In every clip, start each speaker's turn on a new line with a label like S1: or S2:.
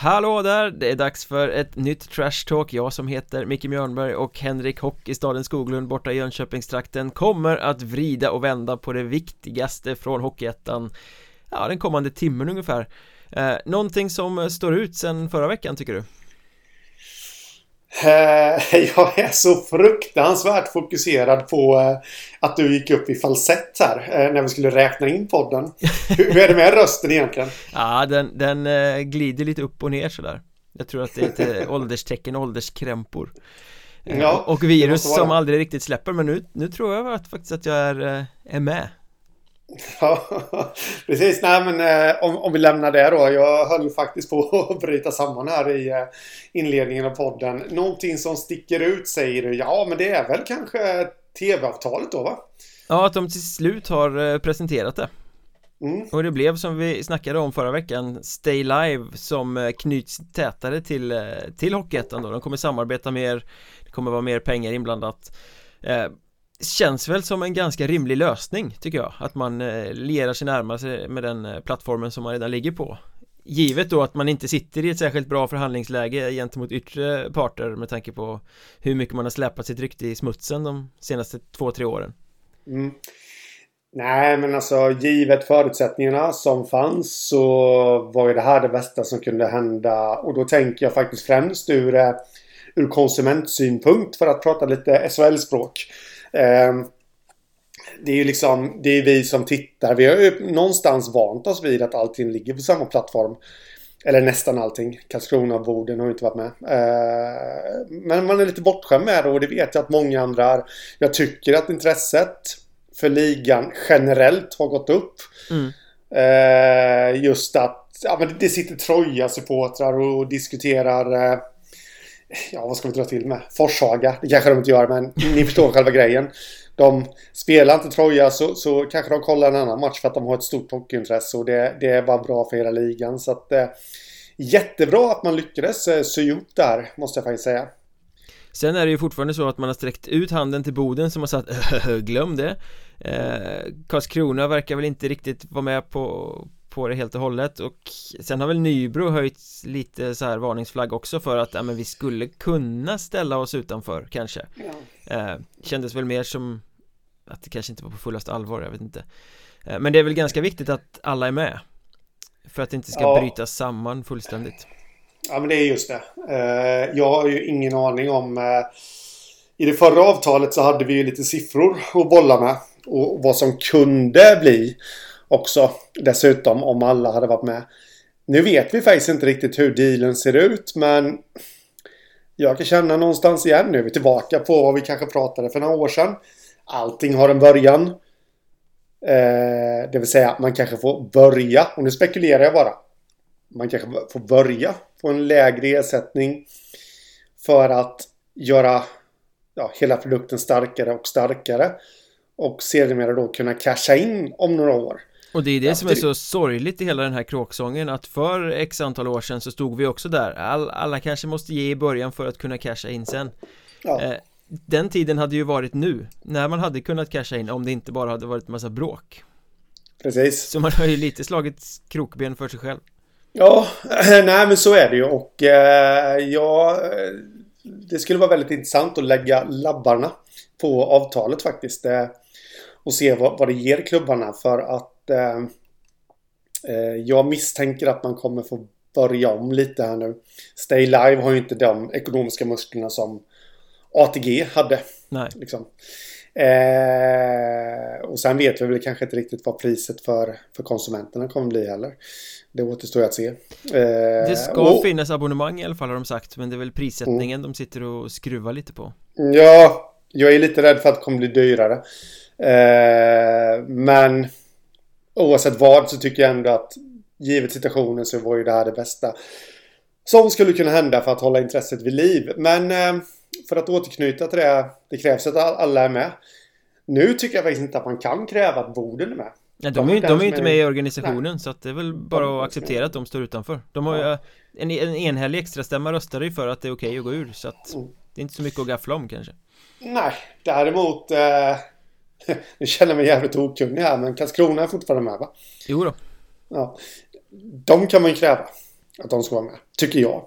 S1: Hallå där, det är dags för ett nytt Trash Talk. Jag som heter Micke Mjörnberg och Henrik Hock i staden Skoglund borta i Jönköpingstrakten kommer att vrida och vända på det viktigaste från Hockeyettan, ja, den kommande timmen ungefär. Någonting som står ut sen förra veckan, tycker du?
S2: Jag är så fruktansvärt fokuserad på att du gick upp i falsett här när vi skulle räkna in podden. Hur är det med rösten egentligen?
S1: Ja, den glider lite upp och ner sådär. Jag tror att det är ett ålderstecken, ålderskrämpor.
S2: Ja,
S1: och virus som aldrig riktigt släpper. Men nu tror jag faktiskt att jag är med.
S2: Ja, precis. Nej, men om vi lämnar det då. Jag höll faktiskt på att bryta samman här i inledningen av podden. Någonting som sticker ut, säger du. Ja, men det är väl kanske tv-avtalet då, va?
S1: Ja, att de till slut har presenterat det. Och det blev, som vi snackade om förra veckan, Stay Live, som knyts tätare till Hockeyettan då. De kommer samarbeta mer, det kommer vara mer pengar inblandat. Känns väl som en ganska rimlig lösning, tycker jag, att man lierar sig närmare med den plattformen som man redan ligger på. Givet då att man inte sitter i ett särskilt bra förhandlingsläge gentemot yttre parter, med tanke på hur mycket man har släpat sitt rykte i smutsen de senaste 2-3 åren.
S2: Nej, men alltså givet förutsättningarna som fanns så var ju det här det bästa som kunde hända. Och då tänker jag faktiskt främst ur konsumentsynpunkt, för att prata lite SHL-språk. Det är ju liksom, det är vi som tittar. Vi har ju någonstans vant oss vid att allting ligger på samma plattform. Eller nästan allting. Karlskrona och Boden har inte varit med. Men man är lite bortskämd med det, och det vet jag att många andra är. Jag tycker att intresset för ligan generellt har gått upp. Just att men det sitter Troja-supportrar och diskuterar vad ska vi dra till med? Forshaga, det kanske de inte gör, men ni förstår själva grejen. De spelar inte Troja, så kanske de kollar en annan match för att de har ett stort hockeyintresse, och det är bara bra för hela ligan. Så att jättebra att man lyckades sy ihop där, måste jag faktiskt säga.
S1: Sen är det ju fortfarande så att man har sträckt ut handen till Boden, som har sagt glöm det. Karlskrona verkar väl inte riktigt vara med på det helt och hållet. Och sen har väl Nybro höjt lite så här varningsflagg också för att men vi skulle kunna ställa oss utanför kanske. Kändes väl mer som att det kanske inte var på fullast allvar, jag vet inte. Men det är väl ganska viktigt att alla är med, för att det inte ska brytas samman fullständigt.
S2: Ja, men det är just det. Jag har ju ingen aning om... I det förra avtalet så hade vi ju lite siffror att bolla med. Och vad som kunde bli också. Dessutom, om alla hade varit med. Nu vet vi faktiskt inte riktigt hur dealen ser ut. Men jag kan känna någonstans igen. Nu är vi tillbaka på vad vi kanske pratade för några år sedan. Allting har en början. Det vill säga att man kanske får börja. Och nu spekulerar jag bara. Man kanske får börja på en lägre ersättning för att göra hela produkten starkare och starkare, och sedermera då kunna casha in om några år.
S1: Och det är det som är så sorgligt i hela den här kråksången, att för x antal år sedan så stod vi också där. Alla kanske måste ge i början för att kunna casha in sen. Den tiden hade ju varit nu, när man hade kunnat casha in, om det inte bara hade varit en massa bråk.
S2: Precis.
S1: Så man har ju lite slagit krokben för sig själv.
S2: Ja, nej, men så är det ju. Och det skulle vara väldigt intressant att lägga labbarna på avtalet faktiskt. Och se vad det ger klubbarna. För att jag misstänker att man kommer få börja om lite här nu. Stay Live har ju inte de ekonomiska musklerna som ATG hade.
S1: Nej.
S2: Liksom. Och sen vet vi väl kanske inte riktigt vad priset för konsumenterna kommer bli heller. Det återstår att se.
S1: Det ska finnas abonnemang i alla fall, har de sagt. Men det är väl prissättningen de sitter och skruvar lite på.
S2: Ja, jag är lite rädd för att det kommer bli dyrare. Men oavsett vad så tycker jag ändå att givet situationen så var ju det här det bästa som skulle kunna hända för att hålla intresset vid liv. Men för att återknyta till det krävs att alla är med. Nu tycker jag faktiskt inte att man kan kräva att Boden är med.
S1: Ja, de är ju inte med i organisationen. Nej. Så att det är väl bara att acceptera att de står utanför. De har ju en enhällig extrastämma röstade ju för att det är okej att gå ur. Så att det är inte så mycket att gaffla om kanske.
S2: Nej, däremot nu känner jag mig jävligt okunnig här, men Karlskrona är fortfarande med, va?
S1: Jo då.
S2: Ja. De kan man ju kräva. att de ska vara med. Tycker jag.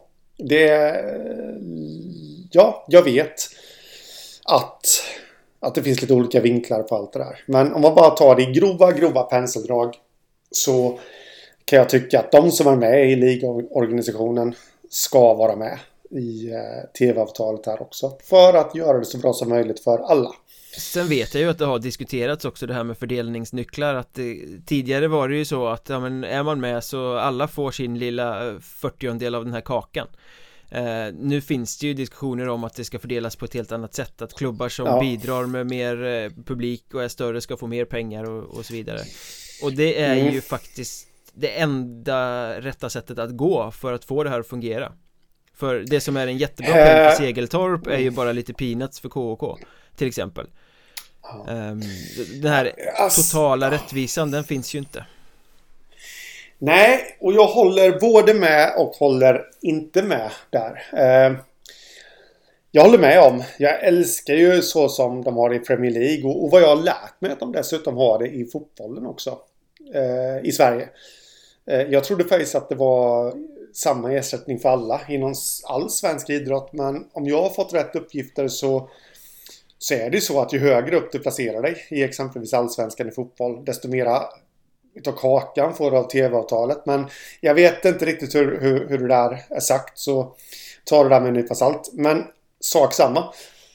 S2: Ja, jag vet att det finns lite olika vinklar på allt det där. Men om man bara tar det i grova penseldrag så kan jag tycka att de som är med i ligaorganisationen ska vara med i tv-avtalet här också. För att göra det så bra som möjligt för alla.
S1: Sen vet jag ju att det har diskuterats också det här med fördelningsnycklar, att tidigare var det ju så att ja, men är man med så alla får sin lilla 40-del av den här kakan. Nu finns det ju diskussioner om att det ska fördelas på ett helt annat sätt, att klubbar som bidrar med mer publik och är större ska få mer pengar och så vidare. Och det är ju faktiskt det enda rätta sättet att gå för att få det här att fungera. För det som är en jättebra peng för Segeltorp är ju bara lite peanuts för KOK till exempel. Den här totala rättvisan, den finns ju inte.
S2: Nej, och jag håller både med och håller inte med där. Jag håller med om, jag älskar ju så som de har det i Premier League och vad jag har lärt mig att de dessutom har det i fotbollen också i Sverige. Jag trodde faktiskt att det var samma ersättning för alla inom all svensk idrott, men om jag har fått rätt uppgifter så är det så att ju högre upp du placerar dig i exempelvis allsvenskan i fotboll, desto mera utav kakan får du av tv-avtalet. Men jag vet inte riktigt hur det där är sagt, så ta det där med en nypa salt. Men sak samma.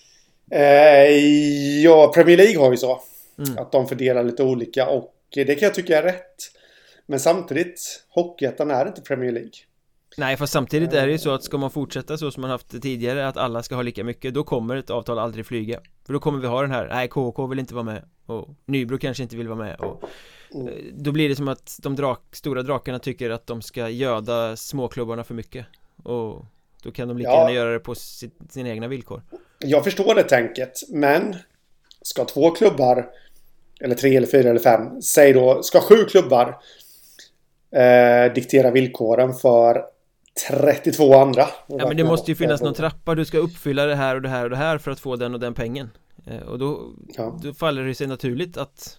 S2: Premier League har ju så att de fördelar lite olika och det kan jag tycka är rätt. Men samtidigt, Hockeyettan är inte Premier League.
S1: Nej, fast samtidigt är det ju så att ska man fortsätta så som man haft tidigare, att alla ska ha lika mycket, då kommer ett avtal aldrig flyga. För då kommer vi ha den här, nej KK vill inte vara med och Nybro kanske inte vill vara med och då blir det som att de stora drakarna tycker att de ska göda småklubbarna för mycket och då kan de lika gärna göra det på sina egna villkor.
S2: Jag förstår det tänket, men ska 2 klubbar eller 3 eller 4 eller 5, säg då, ska 7 klubbar diktera villkoren för 32 andra.
S1: Ja, men det måste ju finnas någon trappa, du ska uppfylla det här och det här och det här för att få den och den pengen. Och då faller det sig naturligt att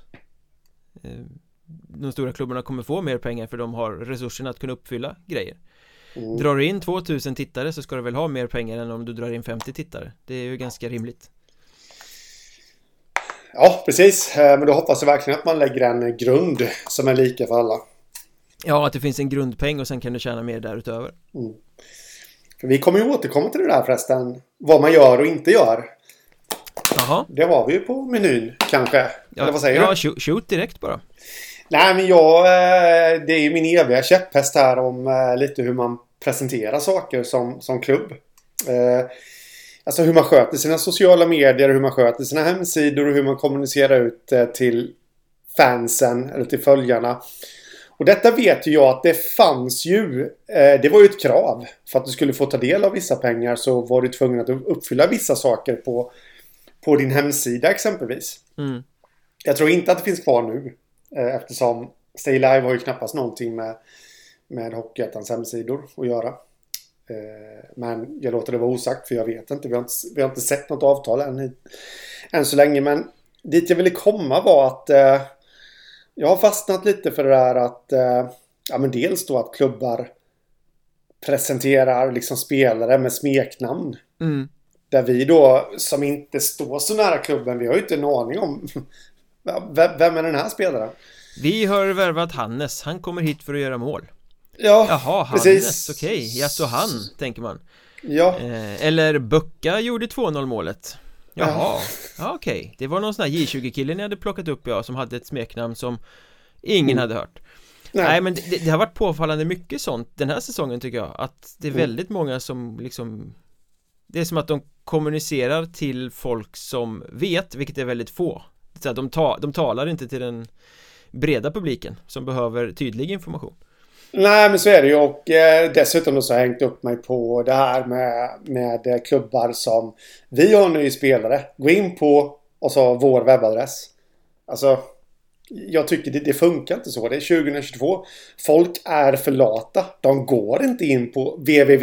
S1: de stora klubbarna kommer få mer pengar för de har resurserna att kunna uppfylla grejer. Drar du in 2000 tittare så ska du väl ha mer pengar än om du drar in 50 tittare. Det är ju ganska rimligt.
S2: Ja, precis. Men då hoppas jag verkligen att man lägger en grund som är lika för alla.
S1: Ja, att det finns en grundpeng och sen kan du tjäna mer därutöver.
S2: För vi kommer ju återkomma till det där förresten. Vad man gör och inte gör.
S1: Jaha.
S2: Det var vi ju på menyn kanske.
S1: Ja,
S2: eller vad säger
S1: du? Shoot direkt bara.
S2: Nej, men det är ju min eviga käpphäst här om lite hur man presenterar saker som klubb. Alltså hur man sköter sina sociala medier, hur man sköter sina hemsidor och hur man kommunicerar ut till fansen eller till följarna. Och detta vet ju jag att det fanns ju, det var ju ett krav. För att du skulle få ta del av vissa pengar så var du tvungen att uppfylla vissa saker på din hemsida exempelvis. Jag tror inte att det finns kvar nu. Eftersom Stay Live har ju knappast någonting med Hockeyettans hemsidor att göra. Men jag låter det vara osagt för jag vet inte. Vi har inte sett något avtal än så länge. Men dit jag ville komma var att jag har fastnat lite för det där att ja, men dels då att klubbar presenterar liksom spelare med smeknamn. Där vi då som inte står så nära klubben, vi har ju inte en aning om vem är den här spelaren.
S1: Vi har värvat Hannes, han kommer hit för att göra mål.
S2: Ja,
S1: jaha, Hannes, okej. Ja, så han, tänker man.
S2: Ja.
S1: Eller Böcka gjorde 2-0 målet. Jaha, ja, okej. Det var någon sån här J20-kille ni hade plockat upp, som hade ett smeknamn som ingen hade hört. Nej, men det har varit påfallande mycket sånt den här säsongen tycker jag. Att det är väldigt många som liksom, det är som att de kommunicerar till folk som vet, vilket är väldigt få. Så att de talar inte till den breda publiken som behöver tydlig information.
S2: Nej, men så är det ju. Och dessutom så har jag hängt upp mig på det här med klubbar som vi har nu i spelare. Gå in på och så vår webbadress. Alltså, jag tycker det funkar inte så. Det är 2022. Folk är för lata. De går inte in på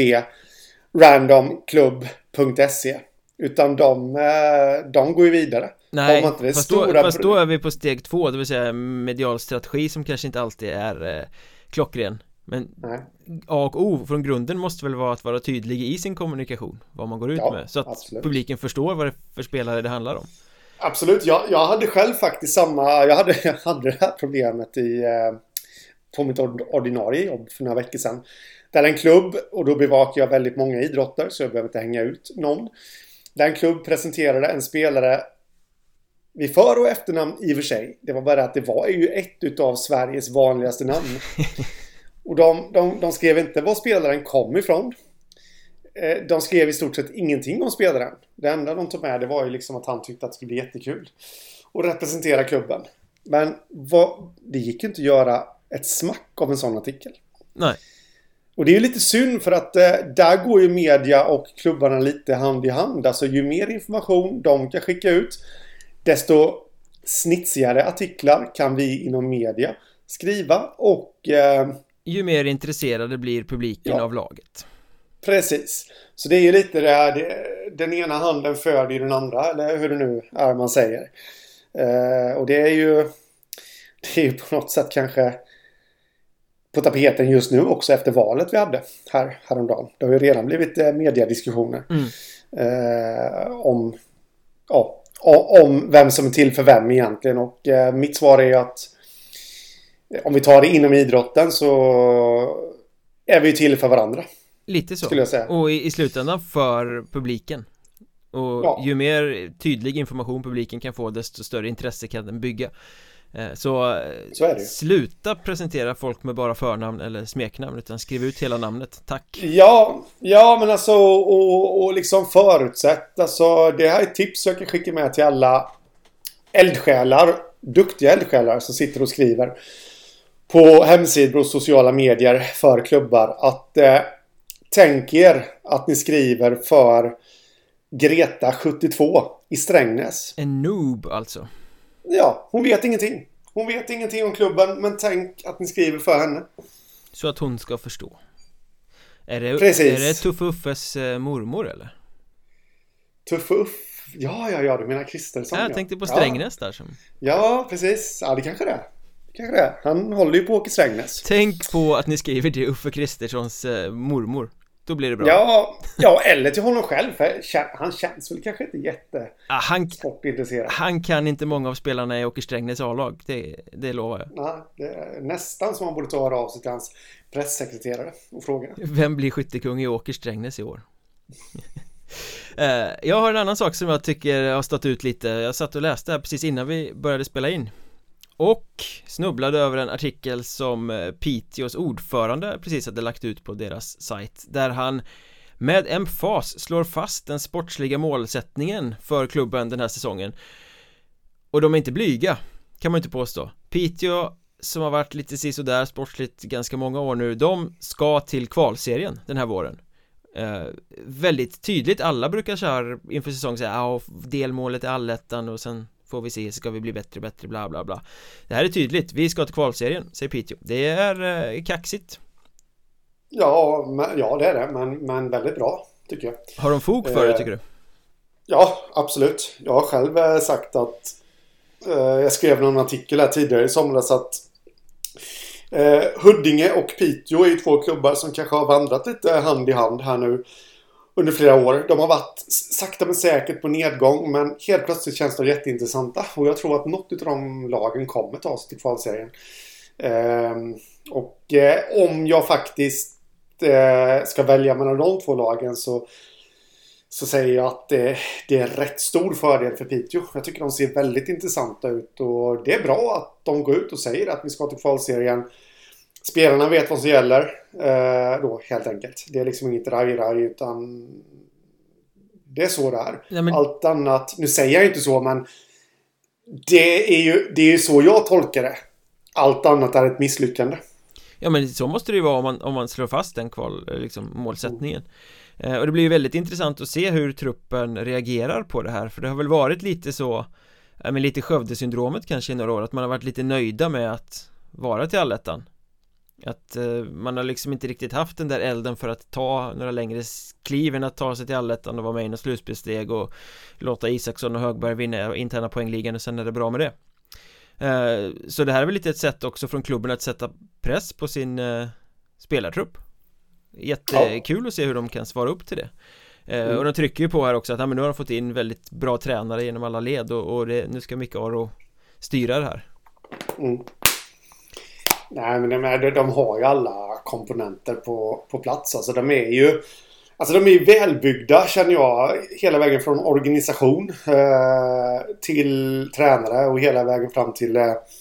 S2: www.randomclub.se utan de går ju vidare.
S1: Nej, fast då är vi på steg 2, det vill säga medial strategi som kanske inte alltid är klockren. Men A och O från grunden måste väl vara att vara tydlig i sin kommunikation, vad man går ut med, så att absolut. Publiken förstår vad det är för spelare det handlar om.
S2: Absolut, jag hade själv faktiskt jag hade det här problemet på mitt ordinarie jobb för några veckor sedan. Där en klubb, och då bevakar jag väldigt många idrotter så jag behöver inte hänga ut någon. Där en klubb presenterade en spelare vid för- och efternamn i och för sig. Det var bara att det var ju ett utav Sveriges vanligaste namn. Och de skrev inte var spelaren kom ifrån. De skrev i stort sett ingenting om spelaren. Det enda de tog med det var ju liksom att han tyckte att det skulle bli jättekul att representera klubben. Men det gick ju inte att göra ett smack av en sån artikel.
S1: Nej.
S2: Och det är ju lite synd för att där går ju media och klubbarna lite hand i hand. Alltså ju mer information de kan skicka ut, desto snitsigare artiklar kan vi inom media skriva och...
S1: ju mer intresserade blir publiken av laget.
S2: Precis. Så det är ju lite det här, den ena handen föder ju den andra, eller hur det nu är man säger. Och det är ju på något sätt kanske på tapeten just nu också efter valet vi hade häromdagen. Det har ju redan blivit mediediskussioner om vem som är till för vem egentligen. Och mitt svar är att om vi tar det inom idrotten så är vi till för varandra.
S1: Lite så.
S2: Skulle jag säga.
S1: Och i slutändan för publiken. Och ju mer tydlig information publiken kan få, desto större intresse kan den bygga. Så är det. Sluta presentera folk med bara förnamn eller smeknamn, utan skriv ut hela namnet. Tack. Ja men alltså och liksom förutsätt, alltså det här är ett tips jag kan skicka med till alla duktiga eldsjälar som sitter och skriver på hemsidor och sociala medier för klubbar, att tänk er att ni skriver för Greta 72 i Strängnäs. En noob alltså. Ja, hon vet ingenting. Hon vet ingenting om klubben, men tänk att ni skriver för henne. Så att hon ska förstå. Är det Tuffe Uffes mormor eller? Tuffe Uff? Ja, du menar Kristersson. Jag tänkte på Strängnäs där som... Ja, precis. Ja, det kanske det är. Han håller ju på att åka Strängnäs. Tänk på att ni skriver till Uffe Kristerssons mormor. Då blir det bra. Ja, eller till honom själv. För han känns väl kanske inte sportintresserad. Han kan inte många av spelarna i Åker Strängnäs A-lag. Det lovar jag. Nej, det är nästan som man borde ta av sig till hans presssekreterare och fråga. Vem blir skyttekung i Åker Strängnäs i år? Jag har en annan sak som jag tycker har stått ut lite. Jag satt och läste här precis innan vi började spela in och snubblade över en artikel som Piteås ordförande precis hade lagt ut på deras sajt, där han med emfas slår fast den sportsliga målsättningen för klubben den här säsongen. Och de är inte blyga, kan man inte påstå. Piteå, som har varit lite sisådär sportsligt ganska många år nu, de ska till kvalserien den här våren. Väldigt tydligt, alla brukar köra inför säsong säga delmålet är allettan och sen får vi se, ska vi bli bättre, bla bla bla. Det här är tydligt, vi ska till kvalserien, säger Piteå. Det är kaxigt. Ja, det är det, men väldigt bra, tycker jag. Har de fog för det, tycker du? Ja, absolut. Jag har själv sagt att jag skrev någon artikel här tidigare i somras att Huddinge och Piteå är ju två klubbar som kanske har vandrat lite hand i hand här nu under flera år. De har varit sakta men säkert på nedgång, men helt plötsligt känns de jätteintressanta. Och jag tror att något av de lagen kommer ta sig till kvalserien. Om jag faktiskt ska välja mellan de två lagen så säger jag att det är rätt stor fördel för Piteå. Jag tycker de ser väldigt intressanta ut och det är bra att de går ut och säger att vi ska till kvalserien. Spelarna vet vad som gäller då, helt enkelt. Det är liksom inget raj utan det är så det är. Ja, men... Allt annat, nu säger jag inte så, men det är ju så jag tolkar det. Allt annat är ett misslyckande. Ja, men så måste det ju vara om man slår fast den målsättningen. Och det blir ju väldigt intressant att se hur truppen reagerar på det här. För det har väl varit lite så, lite Skövde-syndromet kanske i några år, att man har varit lite nöjda med att vara till allettan. Att man har liksom inte riktigt haft den där elden för att ta några längre kliv än att ta sig till allettan och vara med i något slutspelssteg och låta Isaksson och Högberg vinna interna poängligan och sen är det bra med det. Så det här är väl lite ett sätt också från klubben att sätta press på sin spelartrupp. Jättekul att se hur de kan svara upp till det. Och de trycker ju på här också att men nu har de fått in väldigt bra tränare genom alla led och nu ska Micke Aro styra det här.
S2: Nej, men de har ju alla komponenter på plats. Alltså de är ju välbyggda, känner jag, hela vägen från organisation till tränare och hela vägen fram till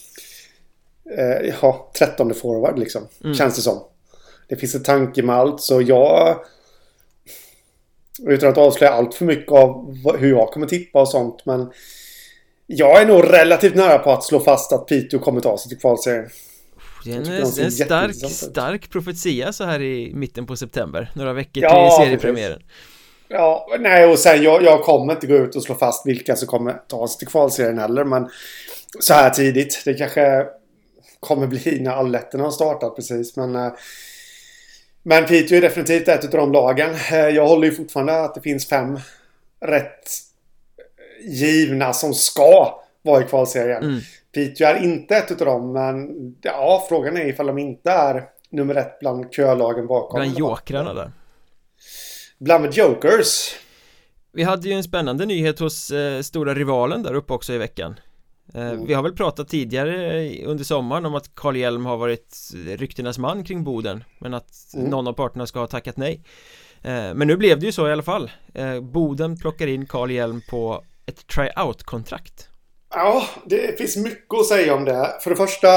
S2: 13:e forward liksom, känns det som. Det finns en tanke med allt, så jag, utan att avslöja allt för mycket av hur jag kommer tippa och sånt, men jag är nog relativt nära på att slå fast att Piteå kommer ta sig till kvalserien.
S1: Det är en stark profetia så här i mitten på september. Några veckor till seriepremiären.
S2: Ja, nej, och sen jag kommer inte gå ut och slå fast vilka som kommer ta sig till kvalserien heller, men så här tidigt. Det kanske kommer bli när alletterna har startat precis, men Piteå är definitivt ett av de lagen. Jag håller ju fortfarande att det finns 5 rätt givna som ska vara i kvalserien. Piteå är inte ett av dem, men frågan är ifall de inte är nummer 1 bland kölagen bakom.
S1: Bland jokrarna där.
S2: Bland jokers.
S1: Vi hade ju en spännande nyhet hos stora rivalen där uppe också i veckan. Vi har väl pratat tidigare under sommaren om att Carl Hjelm har varit ryktenas man kring Boden, men att någon av parterna ska ha tackat nej. Men nu blev det ju så i alla fall. Boden plockar in Carl Hjelm på ett tryout-kontrakt.
S2: Ja, det finns mycket att säga om det. För det första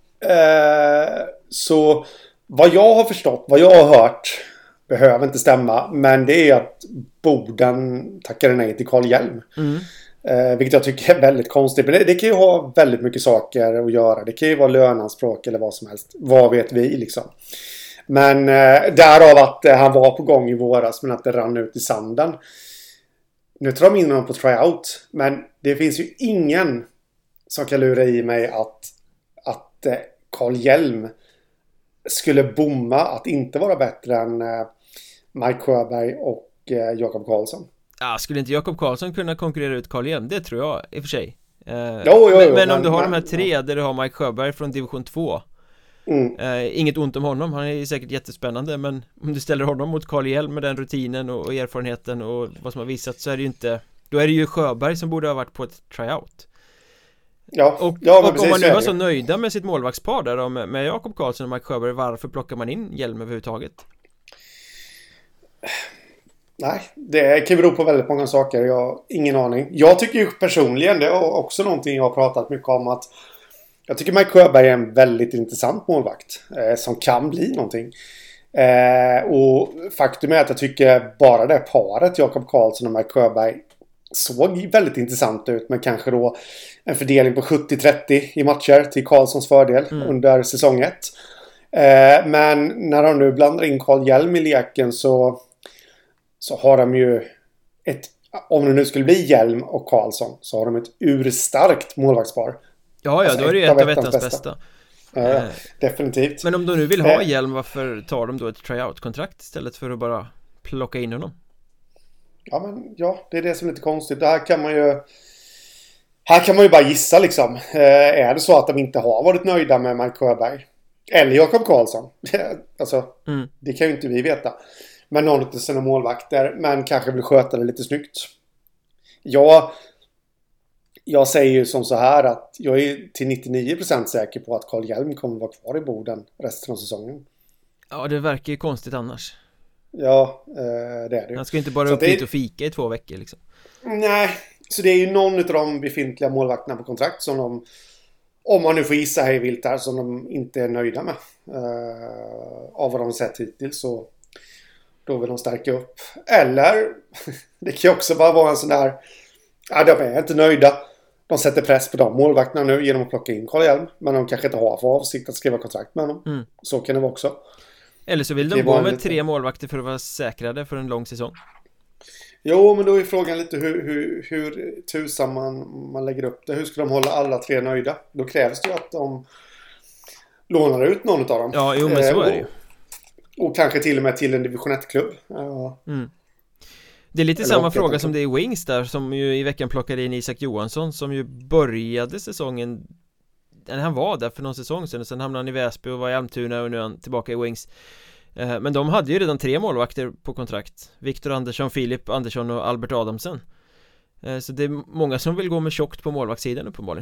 S2: så vad jag har förstått, vad jag har hört, behöver inte stämma, men det är att Boden tackade nej till Carl Hjelm. Vilket jag tycker är väldigt konstigt. Men det kan ju ha väldigt mycket saker att göra. Det kan ju vara lönanspråk eller vad som helst. Vad vet vi liksom. Men därav att han var på gång i våras, men att det rann ut i sanden. Nu tar de in honom på tryout. Men det finns ju ingen som kan lura i mig att Carl Hjelm skulle bomma att inte vara bättre än Mike Sjöberg och Jakob Karlsson.
S1: Ja, skulle inte Jakob Karlsson kunna konkurrera ut Carl Hjelm? Det tror jag i och för sig. Men om du har de här 3 där du har Mike Sjöberg från division 2. Inget ont om honom, han är säkert jättespännande, men om du ställer honom mot Carl Hjelm med den rutinen och erfarenheten och vad som har visat, så är det ju inte, då är det ju Sjöberg som borde ha varit på ett tryout. Och om man nu var så nöjda med sitt målvaktspar där då, med Jakob Karlsson och Mike Sjöberg, varför plockar man in Hjelm överhuvudtaget?
S2: Nej, det kan bero på väldigt många saker. Jag har ingen aning. Jag tycker ju personligen, det är också någonting jag har pratat mycket om, att jag tycker Mike Sjöberg är en väldigt intressant målvakt som kan bli någonting. Och faktum är att jag tycker bara det paret, Jakob Karlsson och Mike Sjöberg, såg väldigt intressant ut, med kanske då en fördelning på 70-30 i matcher till Karlssons fördel under säsong 1. Men när de nu blandar in Carl Hjelm i leken så har de ju om det nu skulle bli Hjelm och Karlsson, så har de ett urstarkt målvaktspar.
S1: Ja, då är det ju ett av ettans bästa.
S2: Ja, definitivt.
S1: Men om de nu vill ha Hjelm, varför tar de då ett tryout-kontrakt istället för att bara plocka in honom?
S2: Ja, det är det som är lite konstigt. Här kan man ju bara gissa liksom. Är det så att de inte har varit nöjda med Mike Sjöberg eller Jakob Karlsson? Alltså, det kan ju inte vi veta. Men någon av sina målvakter, men kanske vill sköta det lite snyggt. Jag säger ju som så här att jag är till 99% säker på att Carl Hjelm kommer vara kvar i Boden resten av säsongen.
S1: Ja, det verkar ju konstigt annars.
S2: Ja, det är det.
S1: Han ska inte bara upp hit och fika i 2 veckor liksom.
S2: Nej, så det är ju någon av de befintliga målvakterna på kontrakt som de, om man nu får gissa hej vilt här, som de inte är nöjda med. Av vad de har sett hittills, så då vill de stärka upp. Eller det kan ju också bara vara en sån där, de är inte nöjda. De sätter press på de målvakterna nu genom att plocka in Carl Hjelm, men de kanske inte har för avsikt att skriva kontrakt med honom. Så kan det vara också.
S1: Eller så vill de gå med 3 målvakter för att vara säkrade för en lång säsong.
S2: Jo, men då är frågan lite hur tusan man lägger upp det. Hur ska de hålla alla 3 nöjda? Då krävs det ju att de lånar ut någon av dem.
S1: Ja, jo, men så är det ju.
S2: Och kanske till och med till en division 1-klubb.
S1: Det är lite samma fråga som det är Wings där, som ju i veckan plockade in Isak Johansson, som ju började säsongen han var där för någon säsong sedan, och sen hamnade han i Väsby och var i Almtuna och nu är han tillbaka i Wings. Men de hade ju redan 3 målvakter på kontrakt: Victor Andersson, Filip Andersson och Albert Adamsen. Så det är många som vill gå med tjockt på målvaktssidan uppenbarligen.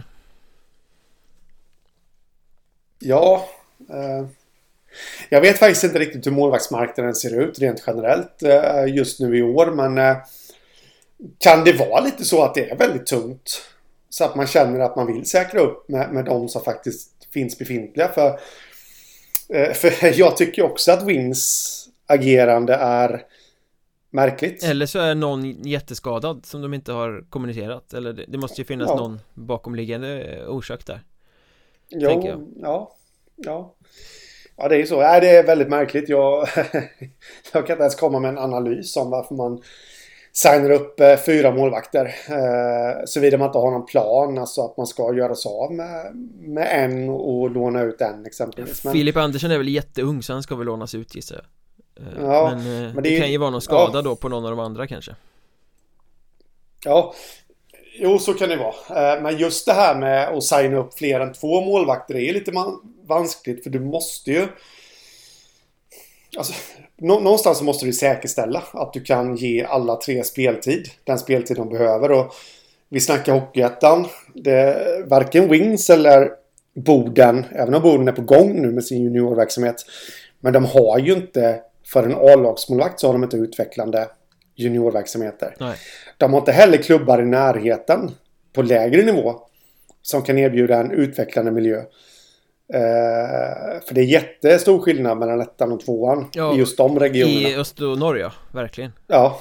S2: Ja, jag vet faktiskt inte riktigt hur målvaktsmarknaden ser ut rent generellt just nu i år, men kan det vara lite så att det är väldigt tungt, så att man känner att man vill säkra upp med de som faktiskt finns befintliga? För jag tycker också att Wings agerande är märkligt.
S1: Eller så är någon jätteskadad som de inte har kommunicerat, eller det måste ju finnas någon bakomliggande orsak där. Ja, det är ju så. Det är väldigt märkligt. Jag kan inte ens komma med en analys om varför man signar upp 4 målvakter, såvida man inte har någon plan, alltså att man ska göra sig av med en och låna ut en exempelvis. Filip Andersson är väl jätteung, så han ska väl lånas ut, gissar jag. Men det kan ju vara någon skada då på någon av de andra kanske. Ja, jo, så kan det vara. Men just det här med att signa upp fler än 2 målvakter är lite vanskligt, för du måste ju, alltså, någonstans så måste du säkerställa att du kan ge alla 3 speltid, den speltid de behöver. Och vi snackar Hockeyettan, varken Wings eller Boden, även om Boden är på gång nu med sin juniorverksamhet, men de har ju inte, för en A-lagsmålvakt så har de inte utvecklande juniorverksamheter. Nej. De har inte heller klubbar i närheten på lägre nivå som kan erbjuda en utvecklande miljö. För det är jättestor skillnad mellan 1:an och 2:an i just de regionerna. I öst och norr, verkligen. Ja.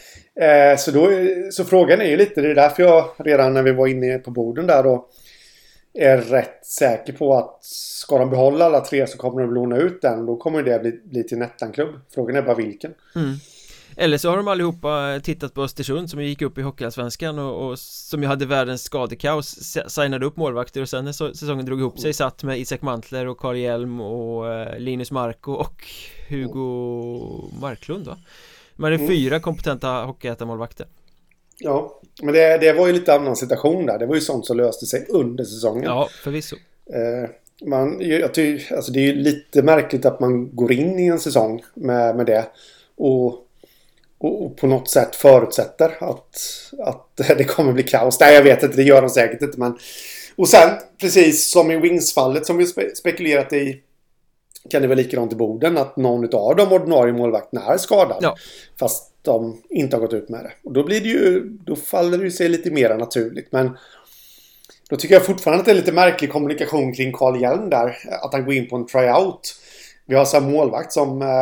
S1: Så frågan är ju lite, det är därför jag redan när vi var inne på borden där då är rätt säker på att ska de behålla alla 3 så kommer de låna ut den, och då kommer det bli till en ettan-klubb. Frågan är bara vilken. Eller så har de allihopa tittat på Östersund som gick upp i Hockeyallsvenskan och som ju hade världens skadekaos, signade upp målvakter, och sen när säsongen drog ihop sig satt med Isak Mantler och Carl Hjelm och Linus Marko och Hugo Marklund, va? Man är 4 kompetenta hockeyätarmålvakter. Ja, men det var ju lite annan situation där. Det var ju sånt som löste sig under säsongen. Ja, förvisso. Alltså det är ju lite märkligt att man går in i en säsong med det och på något sätt förutsätter att det kommer bli kaos. Nej, jag vet inte, det gör de säkert inte. Men... Och sen, precis som i Wings-fallet som vi spekulerat i, kan det vara likadant i Boden, att någon av de ordinarie målvakterna är skadad. Ja. Fast de inte har gått ut med det. Och då faller det ju sig lite mer naturligt. Men då tycker jag fortfarande att det är lite märklig kommunikation kring Carl Hjelm där. Att han går in på en tryout. Vi har så här målvakt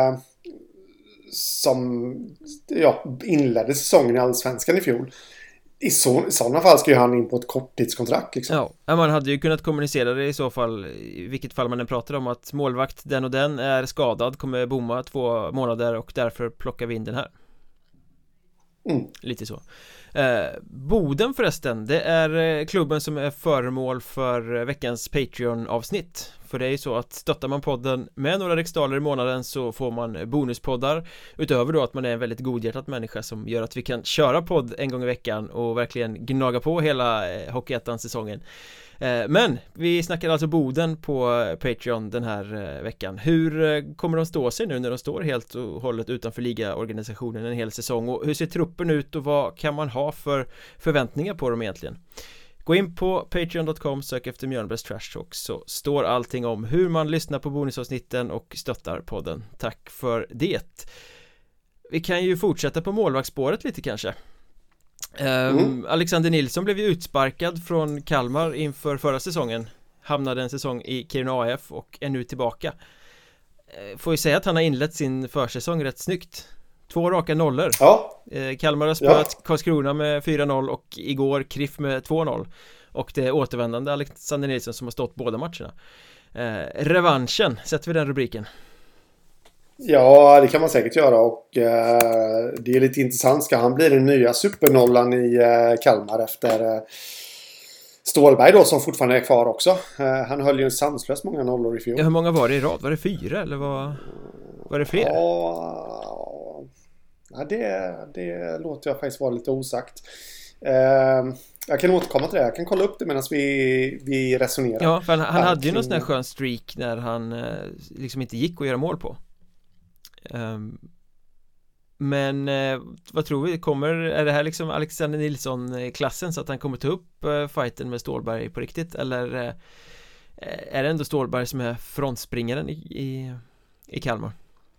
S1: som inledde säsongen i Allsvenskan i fjol. I sådana fall ska ju han in på ett korttidskontrakt liksom. Ja, man hade ju kunnat kommunicera det i så fall, i vilket fall man än pratar om, att målvakt den och den är skadad, kommer bomma 2 månader och därför plockar vi in den här. Lite så. Boden förresten, det är klubben som är föremål för veckans Patreon-avsnitt. För det är ju så att stöttar man podden med några riksdaler i månaden så får man bonuspoddar, utöver då att man är en väldigt godhjärtad människa som gör att vi kan köra podd en gång i veckan och verkligen gnaga på hela Hockeyettan-säsongen. Men vi snackar alltså Boden på Patreon den här veckan. Hur kommer de stå sig nu när de står helt och hållet utanför ligaorganisationen en hel säsong? Och hur ser truppen ut och vad kan man ha för förväntningar på dem egentligen? Gå in på patreon.com, sök efter Mjölnbergs Trash Talk, så står allting om hur man lyssnar på bonusavsnitten och stöttar podden. Tack för det. Vi kan ju fortsätta på målvaktsspåret lite kanske. Alexander Nilsson blev ju utsparkad från Kalmar inför förra säsongen. Hamnade en säsong i Kiruna AF och är nu tillbaka. Får ju säga att han har inlett sin försäsong rätt snyggt. 2 raka nollor. Ja. Kalmar har spöat Karlskrona med 4-0 och igår KRIF med 2-0. Och det är återvändande Alexander Nilsson som har stått båda matcherna. Revanschen, sätter vi den rubriken? Ja, det kan man säkert göra, och det är lite intressant. Ska han bli den nya supernollan i Kalmar efter Stålberg då, som fortfarande är kvar också? Han höll ju sanslöst många nollor i fjol. Ja, hur många var det i rad? Var det 4 eller var det fler? Ja, det låter jag faktiskt vara lite osagt.
S2: Jag kan återkomma till det. Jag kan kolla upp det medan vi resonerar.
S1: Ja, för han hade ju någon sån här skön streak när han liksom inte gick att göra mål på. Men vad tror vi? Är det här liksom Alexander Nilsson-klassen så att han kommer ta upp fighten med Ståhlberg på riktigt? Eller är det ändå Ståhlberg som är frontspringaren i Kalmar?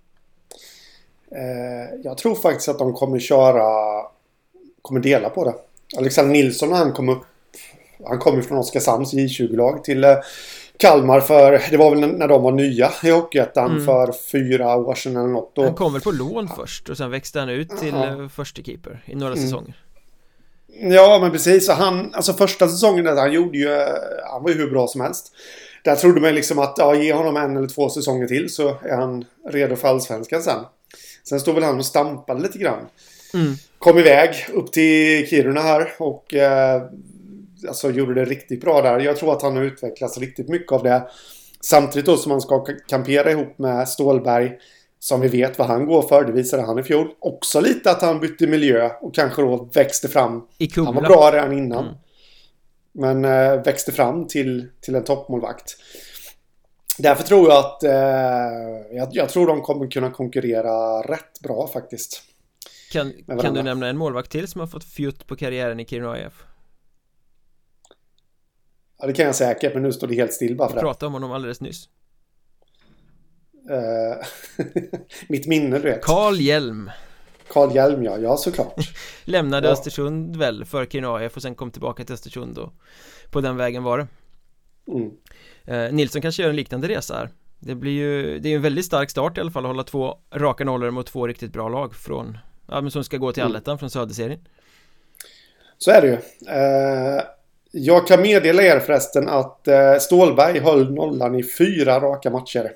S2: Jag tror faktiskt att de kommer dela på det. Alexander Nilsson när han kom ju från Oskarshamns J20-lag till Kalmar för, det var väl när de var nya i Hockeyettan för 4 år sedan eller något.
S1: Han kom väl på lån först och sen växte han ut till första keeper i några säsonger.
S2: Ja, men precis. Så alltså första säsongen där han var ju hur bra som helst. Där trodde man liksom att ge honom 1 eller 2 säsonger till så är han redo för allsvenskan sen. Sen stod väl han och stampade lite grann. Kom iväg upp till Kiruna här och alltså gjorde det riktigt bra där. Jag tror att han har utvecklats riktigt mycket av det. Samtidigt då som man ska kampera ihop med Ståhlberg som vi vet vad han går för. Det visade han i fjol. Också lite att han bytte miljö och kanske då växte fram. Han var bra redan innan. Men växte fram till en toppmålvakt. Därför tror jag att jag tror de kommer kunna konkurrera rätt bra faktiskt.
S1: Kan du nämna en målvakt till som har fått fjutt på karriären i Kiruna IF?
S2: Ja, det kan jag säkert, men nu står det helt still bara för det.
S1: Vi pratade om honom alldeles nyss.
S2: Mitt minne, du vet.
S1: Carl Hjelm,
S2: ja såklart.
S1: Lämnade Östersund väl för Kiruna IF och sen kom tillbaka till Östersund och på den vägen var det. Nilsson kanske gör en liknande resa här. Det är ju en väldigt stark start i alla fall att hålla 2 raka nollor mot 2 riktigt bra lag från som ska gå till Allettan från Söderserien.
S2: Så är det ju. Jag kan meddela er förresten att Ståhlberg höll nollan i 4 raka matcher.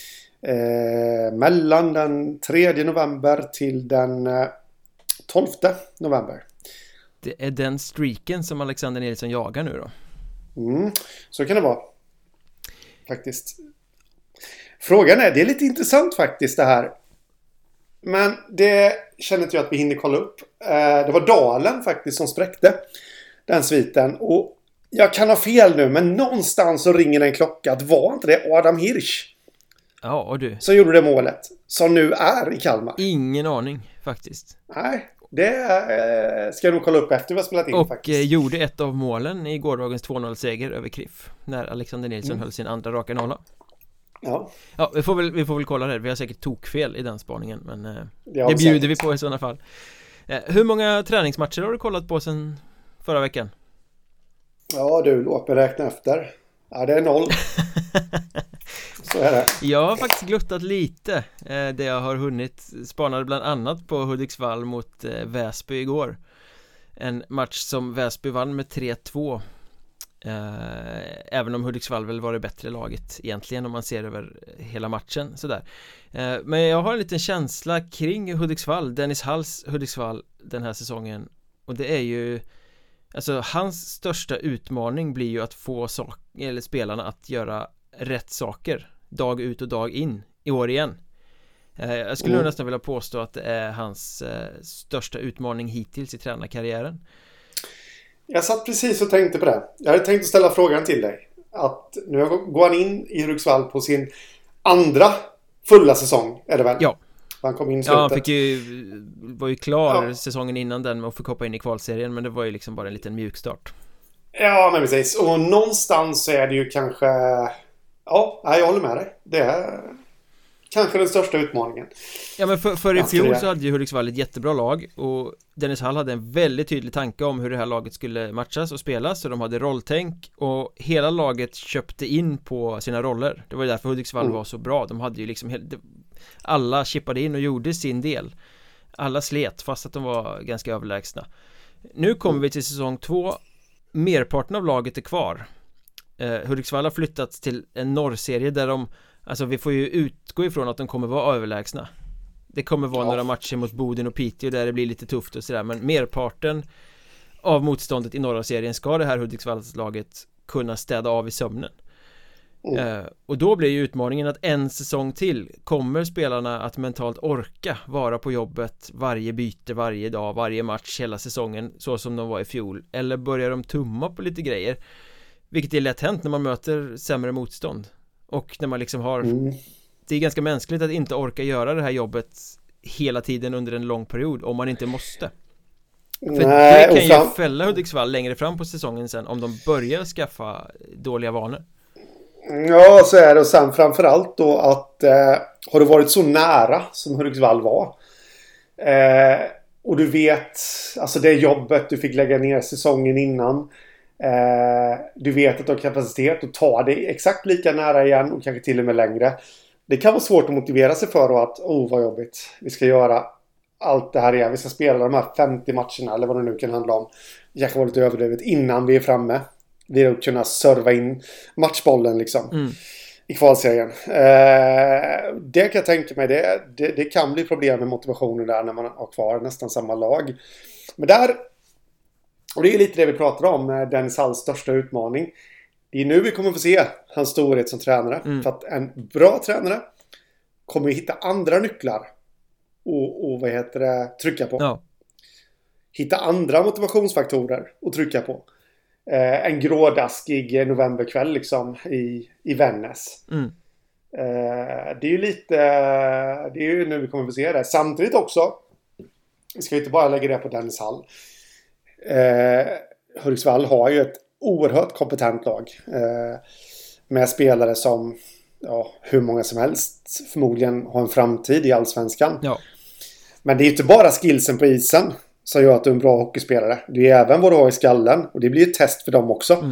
S2: Mellan den 3 november till den 12 november.
S1: Det är den streaken som Alexander Nilsson jagar nu då.
S2: Så kan det vara. Faktiskt. Frågan är, det är lite intressant faktiskt det här. Men det känner inte jag att vi hinner kolla upp. Det var Dalen faktiskt som spräckte den sviten. Och jag kan ha fel nu, men någonstans så ringer en klocka. Att var inte det Adam Hirsch?
S1: Ja, och du.
S2: Som gjorde det målet. Som nu är i Kalmar.
S1: Ingen aning faktiskt.
S2: Nej, det ska jag nog kolla upp efter vi har spelat in
S1: och
S2: faktiskt.
S1: Och gjorde ett av målen i gårdagens 2-0-seger över KRIF. När Alexander Nilsson höll sin andra raka nolla. Ja, vi får väl kolla det. Vi har säkert tokfel i den spaningen, men det bjuder vi på i sådana fall. Hur många träningsmatcher har du kollat på sen förra veckan?
S2: Ja, du, låt mig räkna efter. Ja, det är 0. Så är det.
S1: Jag har faktiskt gluttat lite. Det jag har hunnit spanade bland annat på Hudiksvall mot Väsby igår. En match som Väsby vann med 3-2. Även om Hudiksvall väl var det bättre laget egentligen om man ser över hela matchen sådär. Men jag har en liten känsla kring Hudiksvall, Dennis Halls Hudiksvall den här säsongen, och det är ju alltså hans största utmaning blir ju att få spelarna att göra rätt saker dag ut och dag in i år igen. Jag skulle nog nästan vilja påstå att det är hans största utmaning hittills i tränarkarriären.
S2: Jag satt precis och tänkte på det. Jag hade tänkt att ställa frågan till dig. Att nu går han in i Hudiksvall på sin andra fulla säsong, är det väl?
S1: Ja.
S2: Han kom in i
S1: slutet. Ja, var ju klar säsongen innan den med att få hoppa in i kvalserien, men det var ju liksom bara en liten mjukstart.
S2: Ja, men precis. Och någonstans så är det ju kanske... Ja, jag håller med dig. Det är kanske den största utmaningen.
S1: Ja, men för i fjol så hade ju Hudiksvall ett jättebra lag, och Dennis Hall hade en väldigt tydlig tanke om hur det här laget skulle matchas och spelas, så de hade rolltänk och hela laget köpte in på sina roller. Det var ju därför Hudiksvall var så bra. De hade ju liksom alla chippade in och gjorde sin del. Alla slet fast att de var ganska överlägsna. Nu kommer vi till säsong 2. Merparten av laget är kvar. Hudiksvall har flyttats till en norrserie där alltså vi får ju utgå ifrån att de kommer vara överlägsna. Det kommer vara några matcher mot Boden och Piteå där det blir lite tufft och sådär, men merparten av motståndet i norra serien ska det här Hudiksvallslaget kunna städa av i sömnen. Och då blir ju utmaningen att en säsong till kommer spelarna att mentalt orka vara på jobbet varje byte, varje dag, varje match hela säsongen så som de var i fjol, eller börjar de tumma på lite grejer, vilket är lätt hänt när man möter sämre motstånd och när man liksom har det är ganska mänskligt att inte orka göra det här jobbet hela tiden under en lång period om man inte måste. För det kan ju fälla Hudiksvall längre fram på säsongen sen om de börjar skaffa dåliga vanor.
S2: Ja, så är det. Och sen framförallt då att har du varit så nära som Hudiksvall var och du vet, alltså det jobbet du fick lägga ner säsongen innan, du vet att du har kapacitet att ta det exakt lika nära igen och kanske till och med längre. Det kan vara svårt att motivera sig för att vad jobbigt, vi ska göra allt det här igen, vi ska spela de här 50 matcherna eller vad det nu kan handla om. Det kanske var lite överdrivet innan vi är framme. Vi har kunnat serva in matchbollen liksom i kvalserien. Det kan jag tänka mig, det kan bli problem med motivationen där när man har kvar nästan samma lag. Men där, och det är lite det vi pratar om, Dennis Halls största utmaning. Det är nu vi kommer få se hans storhet som tränare. För att en bra tränare kommer hitta andra nycklar och trycka på. Ja. Hitta andra motivationsfaktorer att trycka på. En grådaskig novemberkväll liksom i Vännäs. Det är ju lite, det är ju nu vi kommer få se det. Samtidigt också, vi ska inte bara lägga det på Dennis Hall. Hudiksvall har ju ett oerhört kompetent lag med spelare som hur många som helst förmodligen har en framtid i Allsvenskan. Ja. Men det är ju inte bara skillsen på isen som gör att du är en bra hockeyspelare. Det är även vad du har i skallen. Och det blir ett test för dem också.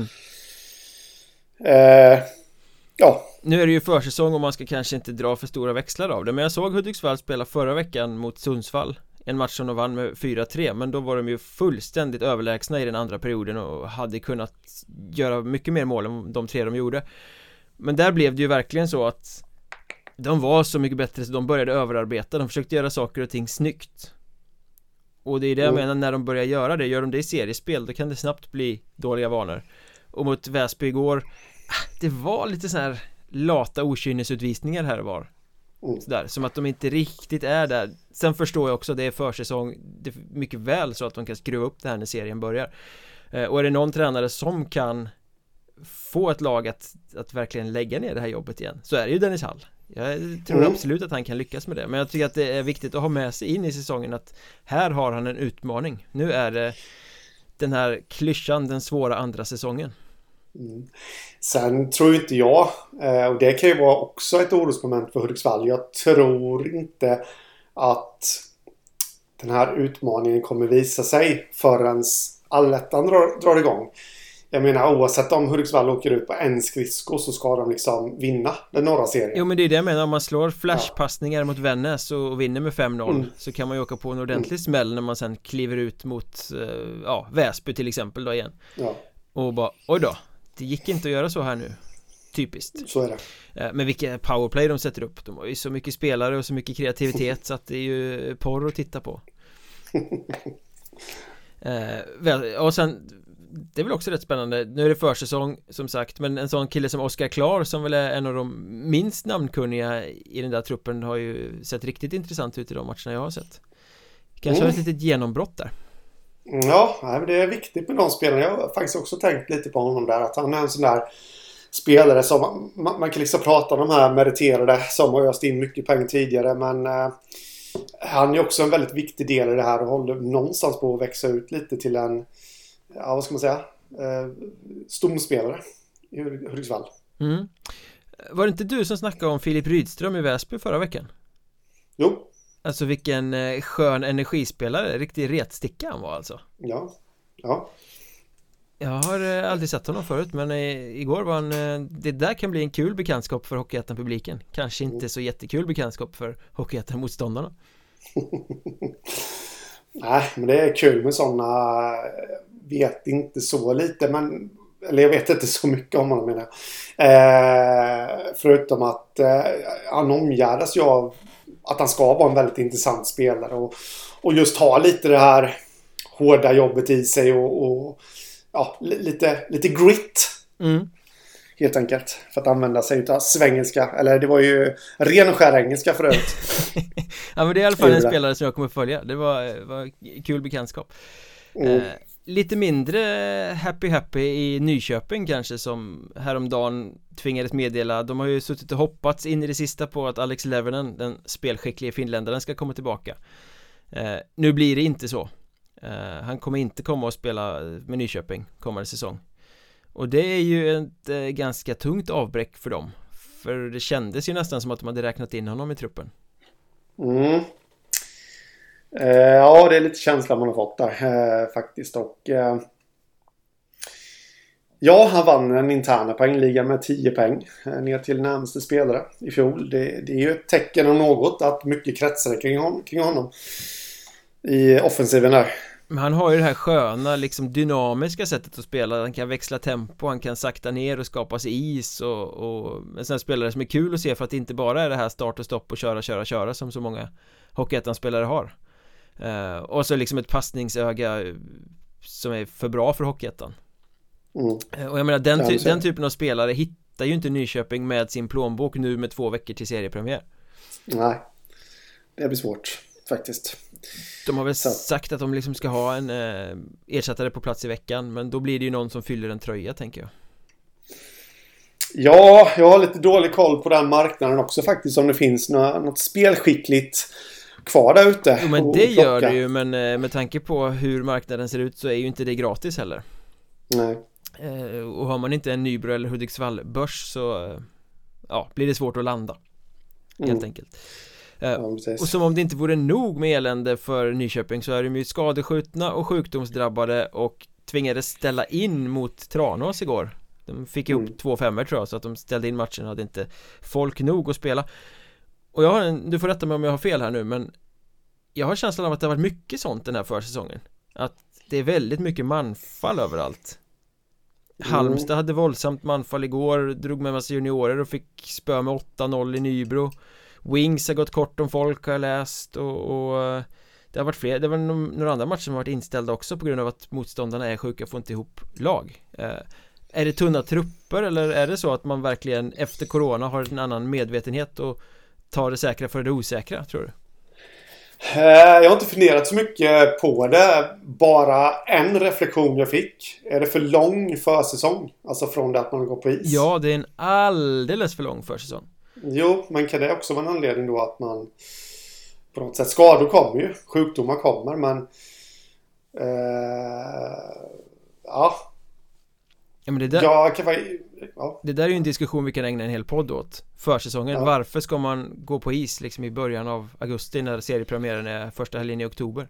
S1: Nu är det ju försäsong och man ska kanske inte dra för stora växlar av det. Men jag såg Hudiksvall spela förra veckan mot Sundsvall. En match som de vann med 4-3. Men då var de ju fullständigt överlägsna i den andra perioden och hade kunnat göra mycket mer mål än de 3 de gjorde. Men där blev det ju verkligen så att de var så mycket bättre så de började överarbeta. De försökte göra saker och ting snyggt. Och det är det jag menar, när de börjar göra det, gör de det i seriespel, då kan det snabbt bli dåliga vanor. Och mot Väsby igår, det var lite så här lata okynnesutvisningar här och var. Sådär, som att de inte riktigt är där. Sen förstår jag också, det är försäsong, det är mycket väl så att de kan skruva upp det här när serien börjar. Och är det någon tränare som kan få ett lag att verkligen lägga ner det här jobbet igen, så är det ju Dennis Hall. Jag tror absolut att han kan lyckas med det. Men jag tycker att det är viktigt att ha med sig in i säsongen att här har han en utmaning. Nu är det den här klyschan, den svåra andra säsongen.
S2: Sen tror inte jag, och det kan ju vara också ett orosmoment för Hudiksvall, jag tror inte att den här utmaningen kommer visa sig förrän allettan drar igång. Jag menar, oavsett om Hudiksvall åker ut på en skridsko så ska de liksom vinna den norra serien.
S1: Jo, men det är det jag menar. Om man slår flashpassningar mot Vännäs och vinner med 5-0 så kan man ju åka på en ordentlig smäll när man sen kliver ut mot Väsby till exempel då igen. Ja. Och bara, oj då, det gick inte att göra så här nu. Typiskt.
S2: Så är det.
S1: Men vilka powerplay de sätter upp. De har ju så mycket spelare och så mycket kreativitet så att det är ju porr att titta på. Och sen, det är väl också rätt spännande. Nu är det försäsong som sagt, men en sån kille som Oskar Klar, som väl är en av de minst namnkunniga i den där truppen, har ju sett riktigt intressant ut i de matcherna jag har sett. Kanske har ett litet genombrott där.
S2: Ja, det är viktigt med de spelarna. Jag har faktiskt också tänkt lite på honom där, att han är en sån där spelare som man kan liksom prata om, de här meriterade som har öst in mycket pengar tidigare, men han är också en väldigt viktig del i det här och håller någonstans på att växa ut lite till en, vad ska man säga, stomspelare i Hudiksvall.
S1: Var det inte du som snackade om Filip Rydström i Väsby förra veckan?
S2: Jo.
S1: Alltså vilken skön energispelare, riktig retsticka han var alltså.
S2: Ja. Jag
S1: har aldrig sett honom förut, men igår var han, det där kan bli en kul bekantskap för Hockeyettan-publiken. Kanske inte så jättekul bekantskap för Hockeyettan-motståndarna.
S2: Nej, men det är kul med sådana, vet inte så lite, men eller jag vet inte så mycket om honom, menar jag. Förutom att han omgärdas ju av att han ska vara en väldigt intressant spelare och just ha lite det här hårda jobbet i sig och lite grit. Helt enkelt. För att använda sig av svengelska. Eller det var ju ren och skär engelska för övrigt.
S1: Ja, men det är i alla fall en spelare som jag kommer följa. Det var kul bekantskap. Lite mindre happy i Nyköping kanske, som häromdagen tvingades meddela. De har ju suttit och hoppats in i det sista på att Alex Levinen, den spelskickliga finländaren, ska komma tillbaka. Nu blir det inte så. Han kommer inte komma och spela med Nyköping kommande säsong. Och det är ju ett ganska tungt avbräck för dem. För det kändes ju nästan som att de hade räknat in honom i truppen.
S2: Ja, det är lite känslan man har fått där faktiskt. Och ja, han vann en interna poängliga med 10 poäng ner till närmaste spelare i fjol. Det är ju ett tecken om något att mycket kretsar kring honom i offensiven där.
S1: Men han har ju det här sköna, liksom dynamiska sättet att spela. Han kan växla tempo, han kan sakta ner och skapa sig is och en sån här spelare som är kul att se, för att det inte bara är det här start och stopp och köra som så många Hockeyettan-spelare har. Och så liksom ett passningsöga som är för bra för Hockeyettan. Och jag menar, den typen av spelare hittar ju inte Nyköping med sin plånbok nu med 2 veckor till seriepremiär.
S2: Nej, det blir svårt faktiskt.
S1: De har väl sagt att de liksom ska ha en ersättare på plats i veckan, men då blir det ju någon som fyller en tröja, tänker jag.
S2: Ja, jag har lite dålig koll på den marknaden också faktiskt, om det finns något spelskickligt kvar där ute.
S1: Jo, men det gör det ju, men med tanke på hur marknaden ser ut så är ju inte det gratis heller.
S2: Nej.
S1: Och har man inte en Nybro eller Hudiksvall-börs så blir det svårt att landa, helt enkelt. Och som om det inte vore nog med elände för Nyköping, så är de ju skadeskjutna och sjukdomsdrabbade och tvingades ställa in mot Tranås igår. De fick ihop 2-5 tror jag, så att de ställde in matchen och hade inte folk nog att spela. Och du får rätta mig om jag har fel här nu, men jag har känslan av att det har varit mycket sånt den här försäsongen. Att det är väldigt mycket manfall överallt. Halmstad hade våldsamt manfall igår, drog med massa juniorer och fick spö med 8-0 i Nybro. Wings har gått kort om folk, har jag läst, och det har varit fler. Det var några andra matcher som har varit inställda också på grund av att motståndarna är sjuka och får inte ihop lag. Är det tunna trupper, eller är det så att man verkligen efter corona har en annan medvetenhet och tar det säkra för det osäkra, tror du?
S2: Jag har inte funderat så mycket på det. Bara en reflektion jag fick. Är det för lång försäsong? Alltså från det att man går på is?
S1: Ja, det är en alldeles för lång försäsong.
S2: Jo, men kan det också vara en anledning då att man på något sätt, skador kommer ju, sjukdomar kommer, men ja, men det där,
S1: det där är ju en diskussion vi kan ägna en hel podd åt. Försäsongen, varför ska man gå på is liksom i början av augusti när seriepremiären är första helgen i oktober?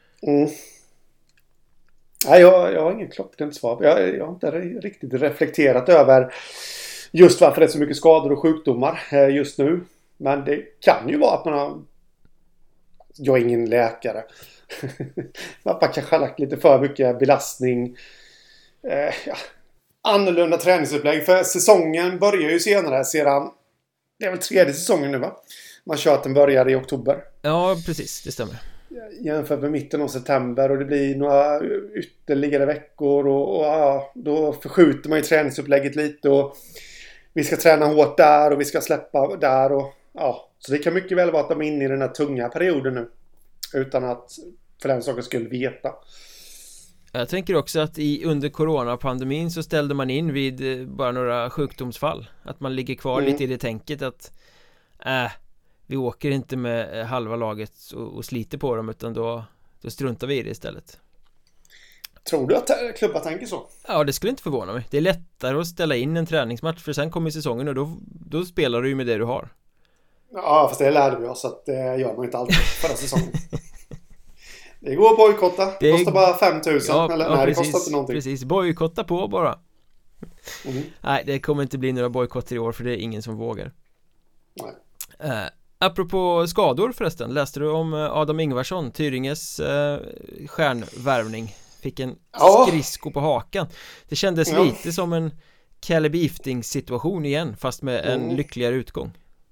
S2: Nej, jag har ingen klockrent svar. Jag har inte riktigt reflekterat över just varför det är så mycket skador och sjukdomar just nu. Men det kan ju vara att man har... Jag är ingen läkare. Man kanske har lagt lite för mycket belastning. Annorlunda träningsupplägg. För säsongen börjar ju senare sedan... Det är väl 3:e säsongen nu, va? Man kör att den börjar i oktober.
S1: Ja, precis. Det stämmer.
S2: Jämfört med mitten av september, och det blir några ytterligare veckor och då förskjuter man ju träningsupplägget lite, och vi ska träna hårt där och vi ska släppa där, och så det kan mycket väl vara att de är inne i den här tunga perioden nu utan att för den saken skulle veta.
S1: Jag tänker också att under coronapandemin så ställde man in vid bara några sjukdomsfall, att man ligger kvar lite i det tänket att vi åker inte med halva laget och sliter på dem, utan då struntar vi i det istället.
S2: Tror du att klubbar tänker så?
S1: Ja, det skulle inte förvåna mig. Det är lättare att ställa in en träningsmatch, för sen kommer säsongen och då spelar du ju med det du har.
S2: Ja, fast det lärde vi oss att det gör man inte alltid förra säsongen. Det går att bojkotta. Det kostar bara 5 000. Nej, det kostar inte någonting.
S1: Precis, bojkotta på bara. Nej, det kommer inte bli några bojkotter i år, för det är ingen som vågar. Nej. Apropå skador förresten, läste du om Adam Ingvarsson, Tyringes stjärnvärvning? Fick en skridsko på hakan. Det kändes lite som en Kalle Bifting-situation igen, fast med en lyckligare utgång.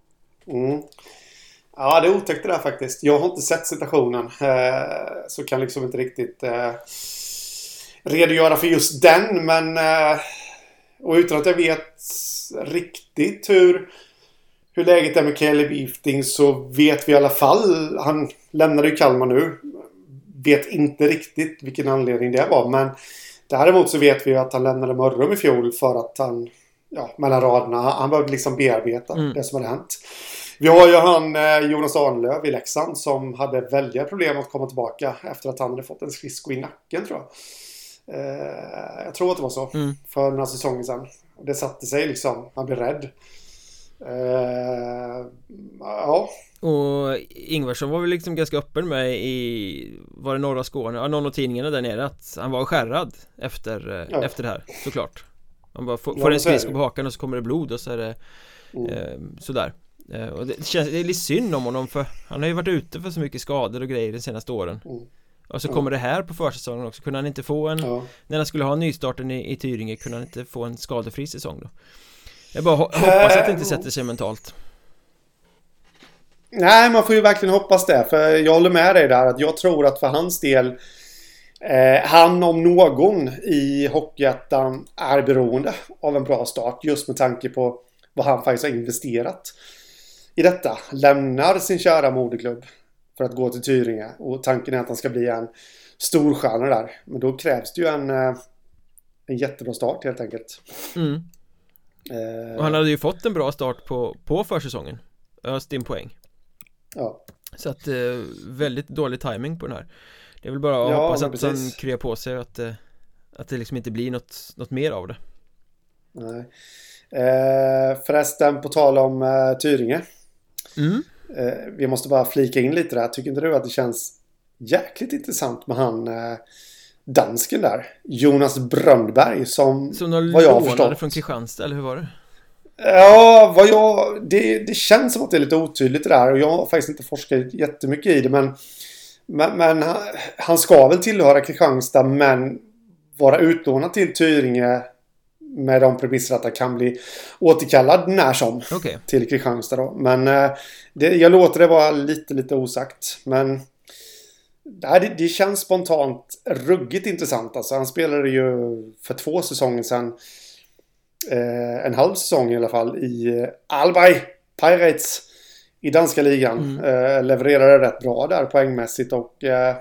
S2: Ja, det är otäckt det där faktiskt. Jag har inte sett situationen, så kan liksom inte riktigt redogöra för just den, men Och utan att jag vet riktigt hur läget är med Kelly Bifting, så vet vi i alla fall, han lämnade ju Kalmar nu, vet inte riktigt vilken anledning det var, men däremot så vet vi att han lämnade Mörrum i fjol för att han, mellan raderna, han behövde liksom bearbeta det som hade hänt. Vi har ju Jonas Arnlöv i Leksand som hade väldiga problem att komma tillbaka efter att han hade fått en skridsko i nacken, tror jag. Jag tror att det var så för några säsonger sedan. Det satte sig liksom, han blev rädd. Ja.
S1: Och Ingvarsson var väl liksom ganska öppen med var det norra Skåne, någon av tidningarna där nere, att han var skärrad efter det här, såklart. Han bara får en skridsko på hakan och så kommer det blod och så är det sådär. Och det är lite synd om honom, för han har ju varit ute för så mycket skador och grejer de senaste åren. Och så kommer det här på försäsongen också. Kunde han inte få när han skulle ha nystarten i Tyringe, kunde han inte få en skadefri säsong då? Jag bara hoppas att det inte sätter sig mentalt.
S2: Nej, man får ju verkligen hoppas det. För jag håller med dig där, att jag tror att för hans del, han om någon i Hockeyettan är beroende av en bra start, just med tanke på vad han faktiskt har investerat i detta. Lämnar sin kära moderklubb för att gå till Tyringe, och tanken är att han ska bli en storstjärna där. Men då krävs det ju en jättebra start helt enkelt.
S1: Och han hade ju fått en bra start på försäsongen. Öst in poäng.
S2: Ja.
S1: Så att väldigt dålig timing på den här. Det är väl bara att hoppas att han kryar på sig, att det liksom inte blir något mer av det.
S2: Nej. Förresten, på tal om Tyringe. Vi måste bara flika in lite där. Tycker inte du att det känns jäkligt intressant med han dansken där, Jonas Bröndberg, som vad jag har förstått
S1: från Kristianstad, eller hur var det?
S2: Ja, det känns som att det är lite otydligt det där, och jag har faktiskt inte forskat jättemycket i det, men han ska väl tillhöra Kristianstad, men vara utlånad till Tyringe med de premisser att han kan bli återkallad när som till Kristianstad då. Men jag låter det vara lite osagt, men det känns spontant ruggigt intressant. Alltså, han spelade ju för 2 säsonger sedan, en halv säsong i alla fall, i Alby Pirates i danska ligan. Levererade rätt bra där poängmässigt, och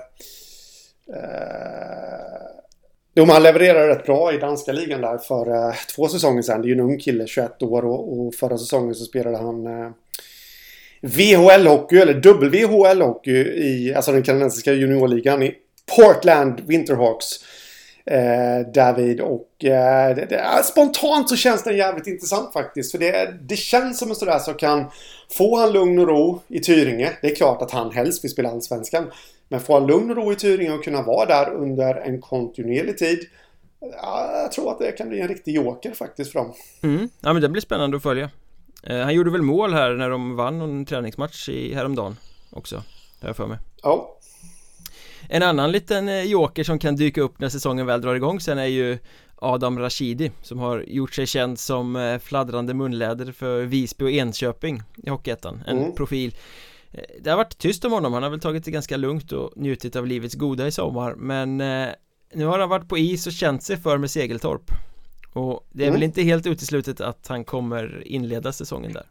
S2: han levererade rätt bra i danska ligan där för 2 säsonger sedan. Det är ju en ung kille, 21 år, och förra säsongen så spelade han VHL-hockey, eller WHL-hockey i, alltså den kanadensiska juniorligan i Portland Winterhawks, David, och spontant så känns det jävligt intressant faktiskt, för det känns som en sådär som kan få han lugn och ro i Tyringe. Det är klart att han helst vill spela allsvenskan, men få han lugn och ro i Tyringe och kunna vara där under en kontinuerlig tid, jag tror att det kan bli en riktig joker faktiskt för dem.
S1: Ja, men det blir spännande att följa. Han gjorde väl mål här när de vann en träningsmatch häromdagen också, där för mig.
S2: Ja.
S1: En annan liten joker som kan dyka upp när säsongen väl drar igång sen är ju Adam Rashidi, som har gjort sig känd som fladdrande munläder för Visby och Enköping i Hockeyettan. En profil. Det har varit tyst om honom. Han har väl tagit det ganska lugnt och njutit av livets goda i sommar. Men nu har han varit på is och känt sig för med Segeltorp. Och det är väl inte helt uteslutet att han kommer inleda säsongen där.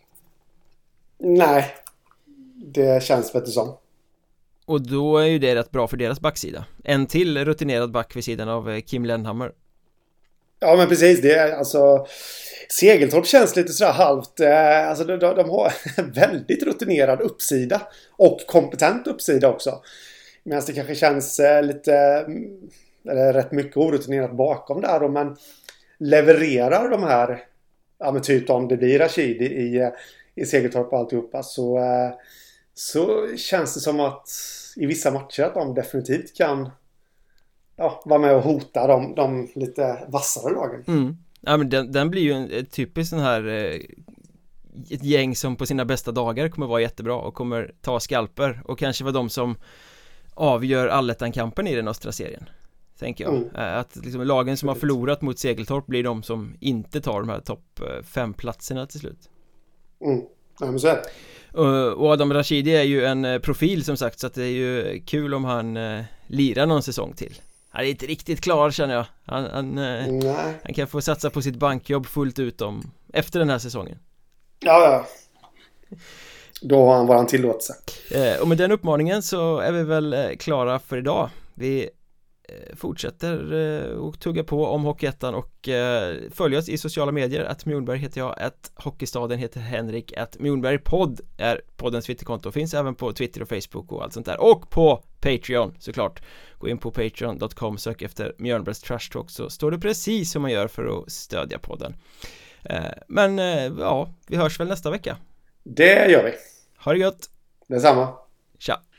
S2: Nej, det känns väl som.
S1: Och då är ju det rätt bra för deras backsida. En till rutinerad back vid sidan av Kim Lennhammar.
S2: Ja, men precis. Det är alltså, Segeltorp känns lite sådär halvt. Alltså de har en väldigt rutinerad uppsida och kompetent uppsida också. Medan det kanske känns eller rätt mycket orutinerat bakom där då, men levererar de här, ja men typ om det blir Rashidi i Segeltorp och alltihopa, så känns det som att i vissa matcher att de definitivt kan vara med och hota de lite vassare lagen.
S1: Ja, men den blir ju en typisk sån här ett gäng som på sina bästa dagar kommer vara jättebra och kommer ta skalper och kanske vara de som avgör allettan-kampen i den östra serien, tänker jag. Att liksom lagen som har förlorat mot Segeltorp blir de som inte tar de här topp 5-platserna till slut.
S2: Ja, men så är det.
S1: Och Adam Rashidi är ju en profil som sagt, så att det är ju kul om han lirar någon säsong till. Han är inte riktigt klar, känner jag. Han kan få satsa på sitt bankjobb fullt ut efter den här säsongen.
S2: Ja. Då har han vad han tillåter sig.
S1: Och med den uppmaningen så är vi väl klara för idag. Vi fortsätter och tugga på om Hockeyettan och följ oss i sociala medier. @Mjornberg heter jag, @Hockeystaden heter Henrik, @Mjornbergpodd är poddens Twitterkonto, finns även på Twitter och Facebook och allt sånt där, och på Patreon såklart. Gå in på patreon.com, sök efter Mjörnbergs Trash Talk, så står det precis hur man gör för att stödja podden. Men ja, vi hörs väl nästa vecka.
S2: Det gör vi.
S1: Ha det gött.
S2: Detsamma.
S1: Tja.